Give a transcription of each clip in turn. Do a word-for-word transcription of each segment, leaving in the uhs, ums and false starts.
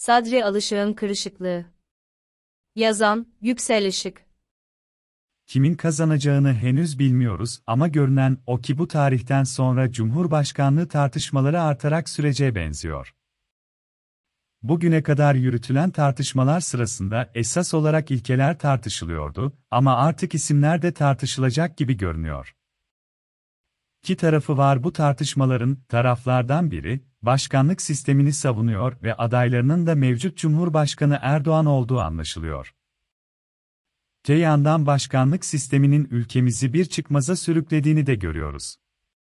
Sadri Alışık'ın Kırışıklığı. Yazan, Yüksel Işık. Kimin kazanacağını henüz bilmiyoruz ama görünen o ki bu tarihten sonra Cumhurbaşkanlığı tartışmaları artarak sürece benziyor. Bugüne kadar yürütülen tartışmalar sırasında esas olarak ilkeler tartışılıyordu ama artık isimler de tartışılacak gibi görünüyor. İki tarafı var bu tartışmaların. Taraflardan biri, başkanlık sistemini savunuyor ve adaylarının da mevcut Cumhurbaşkanı Erdoğan olduğu anlaşılıyor. Öte yandan başkanlık sisteminin ülkemizi bir çıkmaza sürüklediğini de görüyoruz.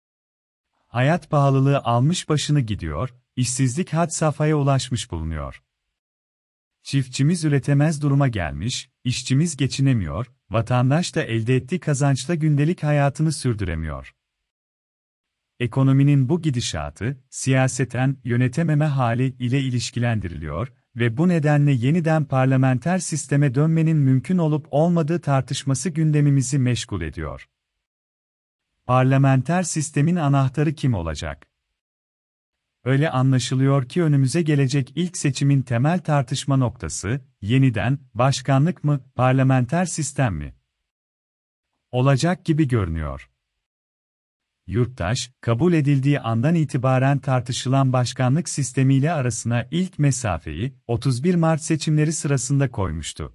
Hayat pahalılığı almış başını gidiyor, işsizlik had safhaya ulaşmış bulunuyor. Çiftçimiz üretemez duruma gelmiş, işçimiz geçinemiyor, vatandaş da elde ettiği kazançla gündelik hayatını sürdüremiyor. Ekonominin bu gidişatı, siyaseten yönetememe hali ile ilişkilendiriliyor ve bu nedenle yeniden parlamenter sisteme dönmenin mümkün olup olmadığı tartışması gündemimizi meşgul ediyor. Parlamenter sistemin anahtarı kim olacak? Öyle anlaşılıyor ki önümüze gelecek ilk seçimin temel tartışma noktası, yeniden, başkanlık mı, parlamenter sistem mi? Olacak gibi görünüyor. Yurttaş, kabul edildiği andan itibaren tartışılan başkanlık sistemiyle arasına ilk mesafeyi, otuz bir Mart seçimleri sırasında koymuştu.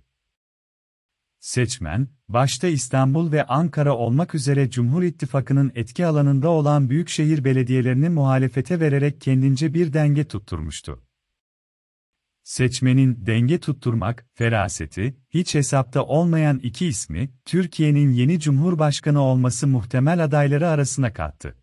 Seçmen, başta İstanbul ve Ankara olmak üzere Cumhur İttifakı'nın etki alanında olan büyükşehir belediyelerini muhalefete vererek kendince bir denge tutturmuştu. Seçmenin denge tutturmak, feraseti, hiç hesapta olmayan iki ismi, Türkiye'nin yeni Cumhurbaşkanı olması muhtemel adayları arasına kattı.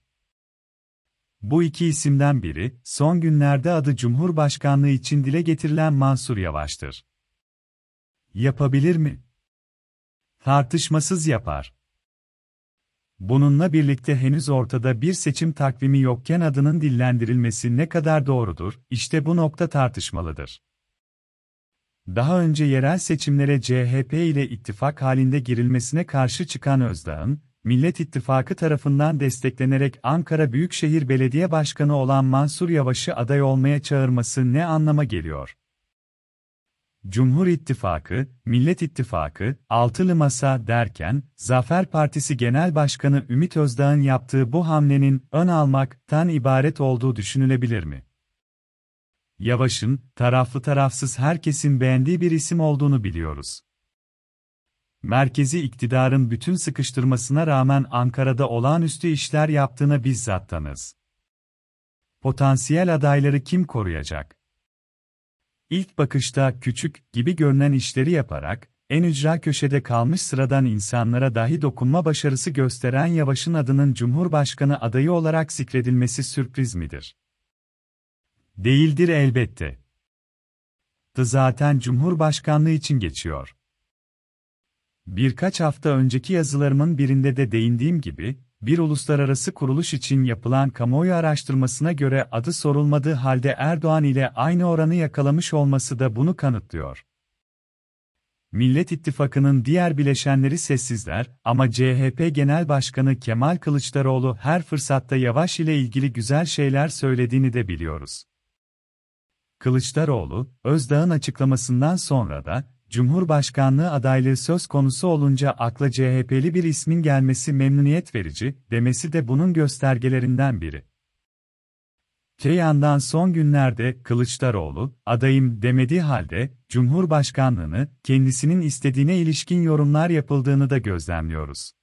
Bu iki isimden biri, son günlerde adı Cumhurbaşkanlığı için dile getirilen Mansur Yavaş'tır. Yapabilir mi? Tartışmasız yapar. Bununla birlikte henüz ortada bir seçim takvimi yokken adının dillendirilmesi ne kadar doğrudur, işte bu nokta tartışmalıdır. Daha önce yerel seçimlere C H P ile ittifak halinde girilmesine karşı çıkan Özdağ'ın, Millet İttifakı tarafından desteklenerek Ankara Büyükşehir Belediye Başkanı olan Mansur Yavaş'ı aday olmaya çağırması ne anlama geliyor? Cumhur İttifakı, Millet İttifakı, altılı masa derken, Zafer Partisi Genel Başkanı Ümit Özdağ'ın yaptığı bu hamlenin ön almaktan ibaret olduğu düşünülebilir mi? Yavaş'ın, taraflı tarafsız herkesin beğendiği bir isim olduğunu biliyoruz. Merkezi iktidarın bütün sıkıştırmasına rağmen Ankara'da olağanüstü işler yaptığına bizzat tanığız. Potansiyel adayları kim koruyacak? İlk bakışta küçük gibi görünen işleri yaparak, en ücra köşede kalmış sıradan insanlara dahi dokunma başarısı gösteren Yavaş'ın adının Cumhurbaşkanı adayı olarak zikredilmesi sürpriz midir? Değildir elbette. Zaten Cumhurbaşkanlığı için geçiyor. Birkaç hafta önceki yazılarımın birinde de değindiğim gibi, bir uluslararası kuruluş için yapılan kamuoyu araştırmasına göre adı sorulmadığı halde Erdoğan ile aynı oranı yakalamış olması da bunu kanıtlıyor. Millet İttifakı'nın diğer bileşenleri sessizler ama C H P Genel Başkanı Kemal Kılıçdaroğlu her fırsatta Yavaş ile ilgili güzel şeyler söylediğini de biliyoruz. Kılıçdaroğlu, Özdağ'ın açıklamasından sonra da, Cumhurbaşkanlığı adaylığı söz konusu olunca akla C H P'li bir ismin gelmesi memnuniyet verici, demesi de bunun göstergelerinden biri. Öte yandan son günlerde Kılıçdaroğlu, adayım demediği halde, Cumhurbaşkanlığını kendisinin istediğine ilişkin yorumlar yapıldığını da gözlemliyoruz.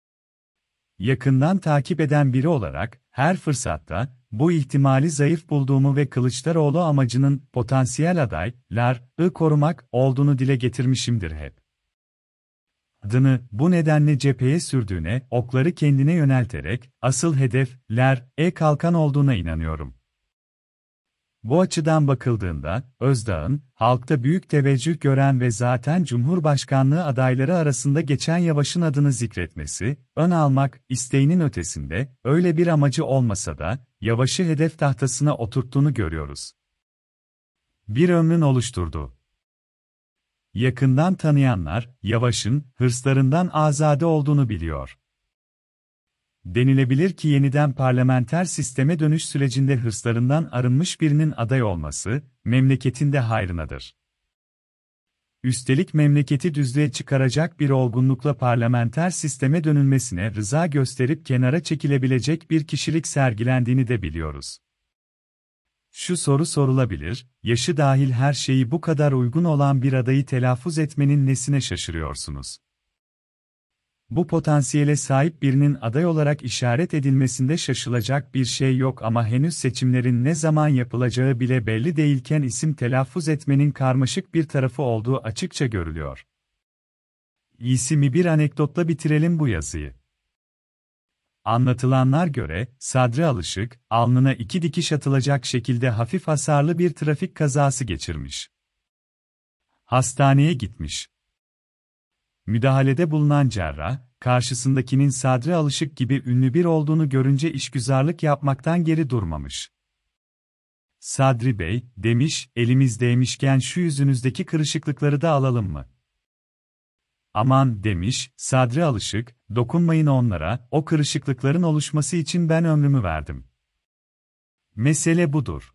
Yakından takip eden biri olarak, her fırsatta, bu ihtimali zayıf bulduğumu ve Kılıçdaroğlu amacının potansiyel adayları korumak olduğunu dile getirmişimdir hep. Adını bu nedenle cepheye sürdüğüne, okları kendine yönelterek, asıl hedefler e kalkan olduğuna inanıyorum. Bu açıdan bakıldığında, Özdağ'ın, halkta büyük teveccüh gören ve zaten Cumhurbaşkanlığı adayları arasında geçen Yavaş'ın adını zikretmesi, ön almak isteğinin ötesinde, öyle bir amacı olmasa da, Yavaş'ı hedef tahtasına oturttuğunu görüyoruz. Bir ömrün oluşturdu. Yakından tanıyanlar, Yavaş'ın hırslarından azade olduğunu biliyor. Denilebilir ki yeniden parlamenter sisteme dönüş sürecinde hırslarından arınmış birinin aday olması, memleketinde hayrınadır. Üstelik memleketi düzlüğe çıkaracak bir olgunlukla parlamenter sisteme dönülmesine rıza gösterip kenara çekilebilecek bir kişilik sergilendiğini de biliyoruz. Şu soru sorulabilir, yaşı dahil her şeyi bu kadar uygun olan bir adayı telaffuz etmenin nesine şaşırıyorsunuz? Bu potansiyele sahip birinin aday olarak işaret edilmesinde şaşılacak bir şey yok ama henüz seçimlerin ne zaman yapılacağı bile belli değilken isim telaffuz etmenin karmaşık bir tarafı olduğu açıkça görülüyor. İyisi mi bir anekdotla bitirelim bu yazıyı. Anlatılanlar göre, Sadri Alışık, alnına iki dikiş atılacak şekilde hafif hasarlı bir trafik kazası geçirmiş. Hastaneye gitmiş. Müdahalede bulunan cerrah, karşısındakinin Sadri Alışık gibi ünlü bir olduğunu görünce işgüzarlık yapmaktan geri durmamış. Sadri Bey, demiş, elimizdeymişken şu yüzünüzdeki kırışıklıkları da alalım mı? Aman, demiş, Sadri Alışık, dokunmayın onlara, o kırışıklıkların oluşması için ben ömrümü verdim. Mesele budur.